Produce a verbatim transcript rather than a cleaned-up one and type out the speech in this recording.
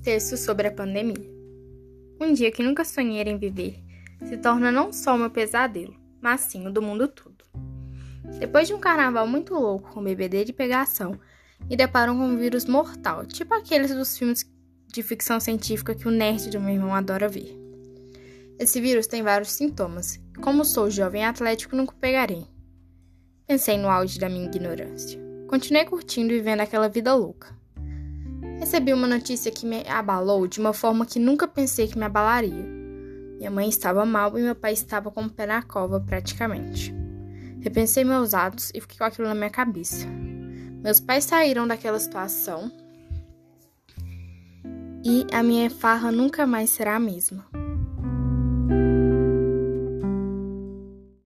Texto sobre a pandemia. Um dia que nunca sonhei em viver se torna não só o meu pesadelo, mas sim o do mundo todo. Depois de um carnaval muito louco com bebedeira e pegação, me deparam com um vírus mortal, tipo aqueles dos filmes de ficção científica que o nerd do meu irmão adora ver. Esse vírus tem vários sintomas, e como sou jovem atlético, nunca o pegarei. Pensei no auge da minha ignorância. Continuei curtindo e vivendo aquela vida louca. Recebi uma notícia que me abalou de uma forma que nunca pensei que me abalaria. Minha mãe estava mal e meu pai estava com o pé na cova, praticamente. Repensei meus atos e fiquei com aquilo na minha cabeça. Meus pais saíram daquela situação e a minha farra nunca mais será a mesma.